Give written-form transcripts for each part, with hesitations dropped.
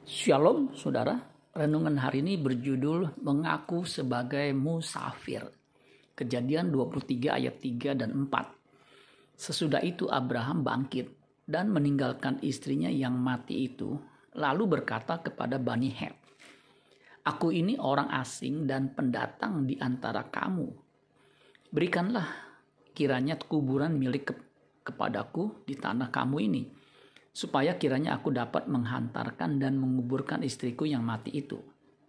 Shalom saudara, renungan hari ini berjudul mengaku sebagai musafir. Kejadian 23 ayat 3 dan 4. Sesudah itu Abraham bangkit dan meninggalkan istrinya yang mati itu, lalu berkata kepada Bani Het, "Aku ini orang asing dan pendatang di antara kamu. Berikanlah kiranya kuburan milik kepadaku di tanah kamu ini, supaya kiranya aku dapat menghantarkan dan menguburkan istriku yang mati itu."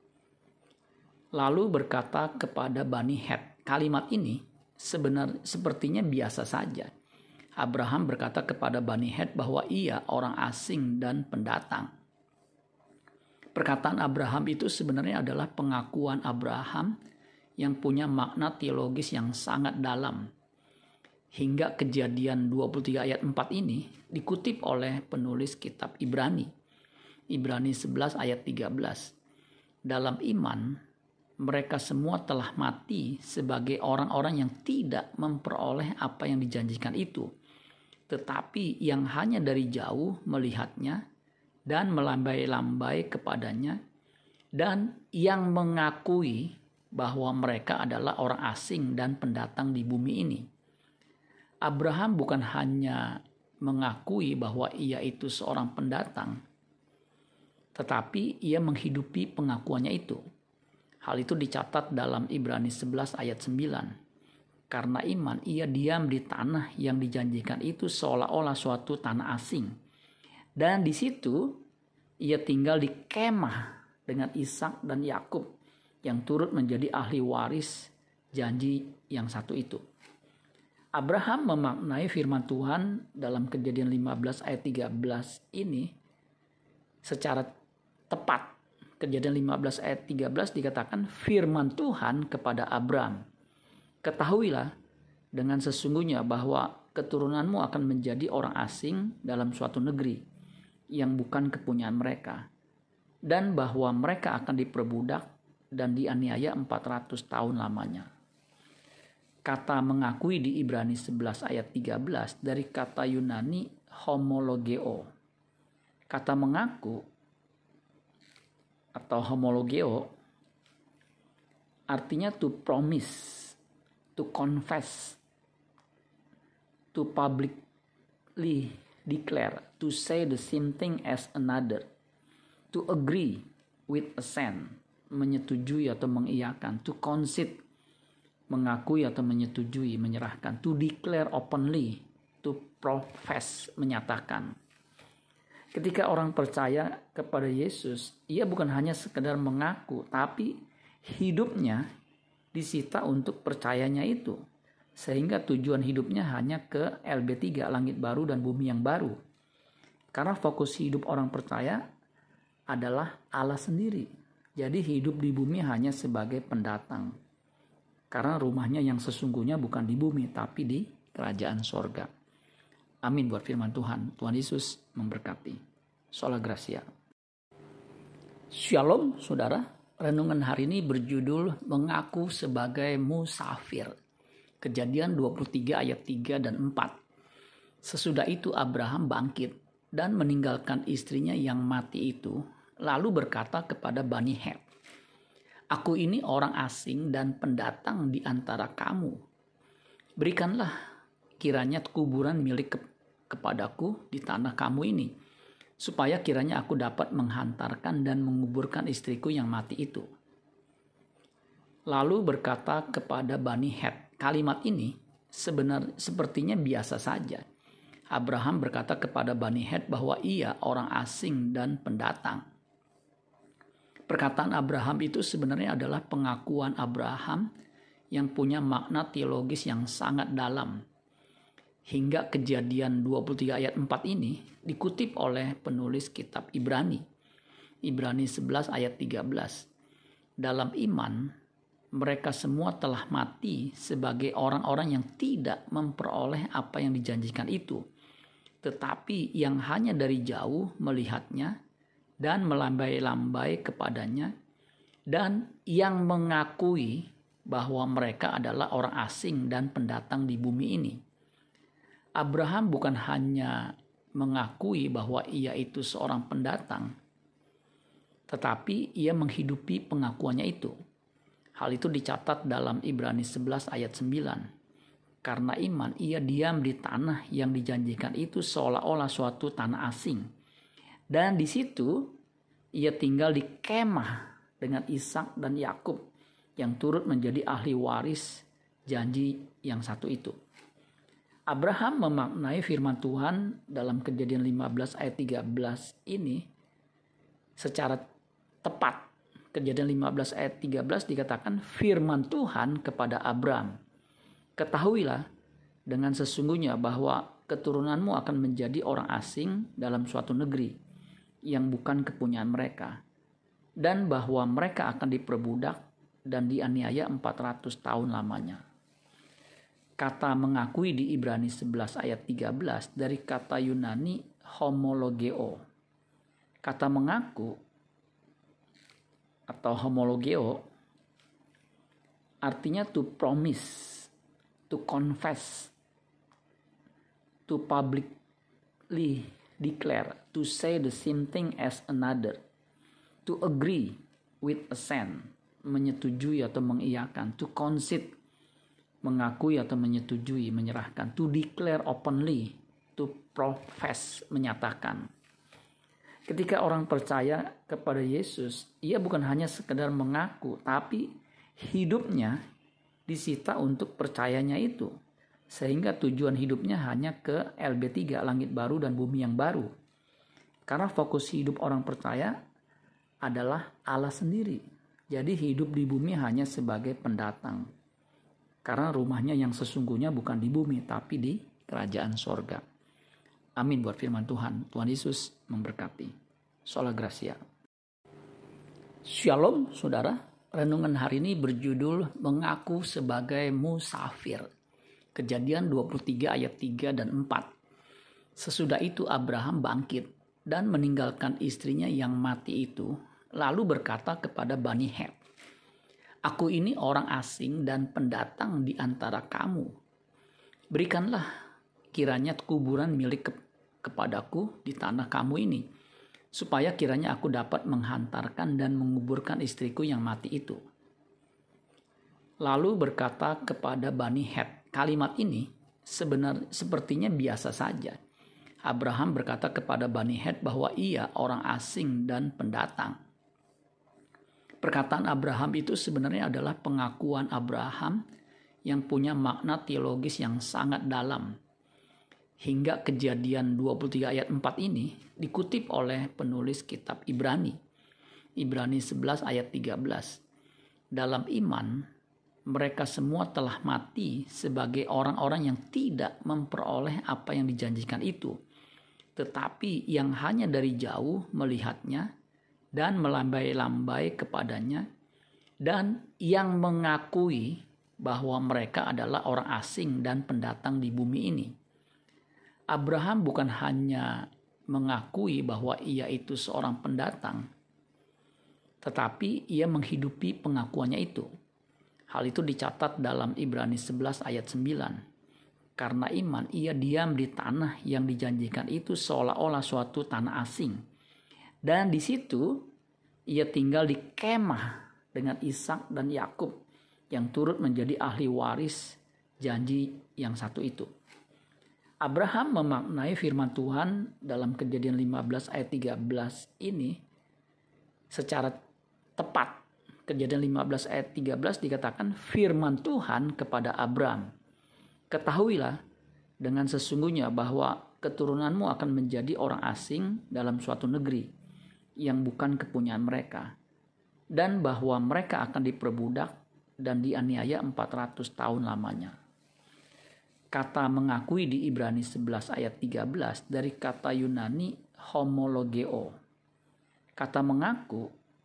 Lalu berkata kepada Bani Het, kalimat ini sepertinya biasa saja. Abraham berkata kepada Bani Het bahwa ia orang asing dan pendatang. Perkataan Abraham itu sebenarnya adalah pengakuan Abraham yang punya makna teologis yang sangat dalam. Hingga Kejadian 23 ayat 4 ini dikutip oleh penulis kitab Ibrani 11 ayat 13. Dalam iman, mereka semua telah mati sebagai orang-orang yang tidak memperoleh apa yang dijanjikan itu, tetapi yang hanya dari jauh melihatnya dan melambai-lambai kepadanya, dan yang mengakui bahwa mereka adalah orang asing dan pendatang di bumi ini. Abraham bukan hanya mengakui bahwa ia itu seorang pendatang, tetapi ia menghidupi pengakuannya itu. Hal itu dicatat dalam Ibrani 11 ayat 9. Karena iman ia diam di tanah yang dijanjikan itu seolah-olah suatu tanah asing. Dan di situ ia tinggal di kemah dengan Ishak dan Yakub yang turut menjadi ahli waris janji yang satu itu. Abraham memaknai firman Tuhan dalam Kejadian 15 ayat 13 ini secara tepat. Kejadian 15 ayat 13 dikatakan, firman Tuhan kepada Abram, "Ketahuilah dengan sesungguhnya bahwa keturunanmu akan menjadi orang asing dalam suatu negeri yang bukan kepunyaan mereka, dan bahwa mereka akan diperbudak dan dianiaya 400 tahun lamanya." Kata mengakui di Ibrani 11 ayat 13 dari kata Yunani homologeo. Kata mengaku atau homologeo artinya to promise, to confess, to publicly declare, to say the same thing as another, to agree with assent, menyetujui atau mengiyakan, to concede, mengakui atau menyetujui, menyerahkan, to declare openly, to profess, menyatakan. Ketika orang percaya kepada Yesus, ia bukan hanya sekedar mengaku, tapi hidupnya disita untuk percayanya itu. Sehingga tujuan hidupnya hanya ke LB3, langit baru dan bumi yang baru. Karena fokus hidup orang percaya adalah Allah sendiri. Jadi hidup di bumi hanya sebagai pendatang. Karena rumahnya yang sesungguhnya bukan di bumi, tapi di kerajaan sorga. Amin buat firman Tuhan. Tuhan Yesus memberkati. Sola Gracia. Shalom saudara. Renungan hari ini berjudul mengaku sebagai musafir. Kejadian 23 ayat 3 dan 4. Sesudah itu Abraham bangkit dan meninggalkan istrinya yang mati itu, lalu berkata kepada Bani Het, "Aku ini orang asing dan pendatang di antara kamu. Berikanlah kiranya kuburan milik kepadaku di tanah kamu ini, supaya kiranya aku dapat menghantarkan dan menguburkan istriku yang mati itu." Lalu berkata kepada Bani Het, kalimat ini sepertinya biasa saja. Abraham berkata kepada Bani Het bahwa ia orang asing dan pendatang. Perkataan Abraham itu sebenarnya adalah pengakuan Abraham yang punya makna teologis yang sangat dalam. Hingga Kejadian 23 ayat 4 ini dikutip oleh penulis kitab Ibrani 11 ayat 13. Dalam iman, mereka semua telah mati sebagai orang-orang yang tidak memperoleh apa yang dijanjikan itu, tetapi yang hanya dari jauh melihatnya dan melambai-lambai kepadanya, dan yang mengakui bahwa mereka adalah orang asing dan pendatang di bumi ini. Abraham bukan hanya mengakui bahwa ia itu seorang pendatang, tetapi ia menghidupi pengakuannya itu. Hal itu dicatat dalam Ibrani 11 ayat 9. Karena iman ia diam di tanah yang dijanjikan itu seolah-olah suatu tanah asing. Dan di situ ia tinggal di kemah dengan Ishak dan Yakub yang turut menjadi ahli waris janji yang satu itu. Abraham memaknai firman Tuhan dalam Kejadian 15 ayat 13 ini secara tepat. Kejadian 15 ayat 13 dikatakan firman Tuhan kepada Abram, ketahuilah dengan sesungguhnya bahwa keturunanmu akan menjadi orang asing dalam suatu negeri yang bukan kepunyaan mereka, dan bahwa mereka akan diperbudak dan dianiaya 400 tahun lamanya. Kata mengakui di Ibrani 11 ayat 13 dari kata Yunani homologeo. Kata mengaku atau homologeo artinya to promise, to confess, to publicly declare, to say the same thing as another, to agree with assent, menyetujui atau mengiyakan, to concede, mengakui atau menyetujui, menyerahkan, to declare openly, to profess, menyatakan. Ketika orang percaya kepada Yesus, ia bukan hanya sekedar mengaku, tapi hidupnya disita untuk percayanya itu. Sehingga tujuan hidupnya hanya ke LB3, langit baru dan bumi yang baru. Karena fokus hidup orang percaya adalah Allah sendiri. Jadi hidup di bumi hanya sebagai pendatang. Karena rumahnya yang sesungguhnya bukan di bumi, tapi di kerajaan sorga. Amin buat firman Tuhan. Tuhan Yesus memberkati. Sola Gracia. Shalom saudara. Renungan hari ini berjudul mengaku sebagai musafir. Kejadian 23 ayat 3 dan 4. Sesudah itu Abraham bangkit dan meninggalkan istrinya yang mati itu. Lalu berkata kepada Bani Het, aku ini orang asing dan pendatang di antara kamu. Berikanlah kiranya kuburan milik kepadaku di tanah kamu ini, supaya kiranya aku dapat menghantarkan dan menguburkan istriku yang mati itu. Lalu berkata kepada Bani Het, kalimat ini sepertinya biasa saja. Abraham berkata kepada Bani Het bahwa ia orang asing dan pendatang. Perkataan Abraham itu sebenarnya adalah pengakuan Abraham yang punya makna teologis yang sangat dalam. Hingga Kejadian 23 ayat 4 ini dikutip oleh penulis kitab Ibrani. Ibrani 11 ayat 13. Dalam iman, mereka semua telah mati sebagai orang-orang yang tidak memperoleh apa yang dijanjikan itu. Tetapi yang hanya dari jauh melihatnya dan melambai-lambai kepadanya, dan yang mengakui bahwa mereka adalah orang asing dan pendatang di bumi ini. Abraham bukan hanya mengakui bahwa ia itu seorang pendatang, tetapi ia menghidupi pengakuannya itu. Hal itu dicatat dalam Ibrani 11 ayat 9. Karena iman ia diam di tanah yang dijanjikan itu seolah-olah suatu tanah asing. Dan di situ ia tinggal di kemah dengan Ishak dan Yakub yang turut menjadi ahli waris janji yang satu itu. Abraham memaknai firman Tuhan dalam Kejadian 15 ayat 13 ini secara tepat. Kejadian 15 ayat 13 dikatakan firman Tuhan kepada Abram, ketahuilah dengan sesungguhnya bahwa keturunanmu akan menjadi orang asing dalam suatu negeri yang bukan kepunyaan mereka, dan bahwa mereka akan diperbudak dan dianiaya 400 tahun lamanya. Kata mengakui di Ibrani 11 ayat 13 dari kata Yunani homologeo. Kata mengaku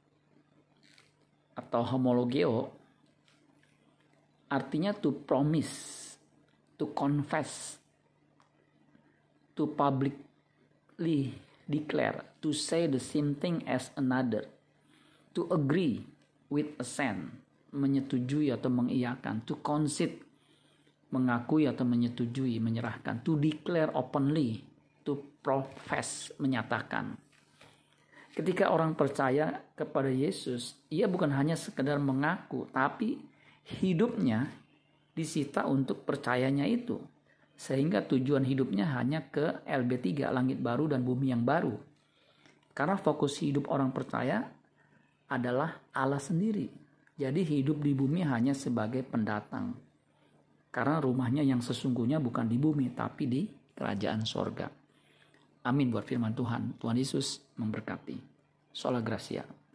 atau homologeo artinya to promise, to confess, to publicly declare, to say the same thing as another, to agree with assent, menyetujui atau mengiyakan, to concede, mengakui atau menyetujui, menyerahkan, to declare openly, to profess, menyatakan. Ketika orang percaya kepada Yesus, ia bukan hanya sekedar mengaku, tapi hidupnya disita untuk percayanya itu. Sehingga tujuan hidupnya hanya ke LB3, langit baru dan bumi yang baru. Karena fokus hidup orang percaya adalah Allah sendiri. Jadi hidup di bumi hanya sebagai pendatang. Karena rumahnya yang sesungguhnya bukan di bumi, tapi di kerajaan sorga. Amin buat firman Tuhan. Tuhan Yesus memberkati. Sola Gracia.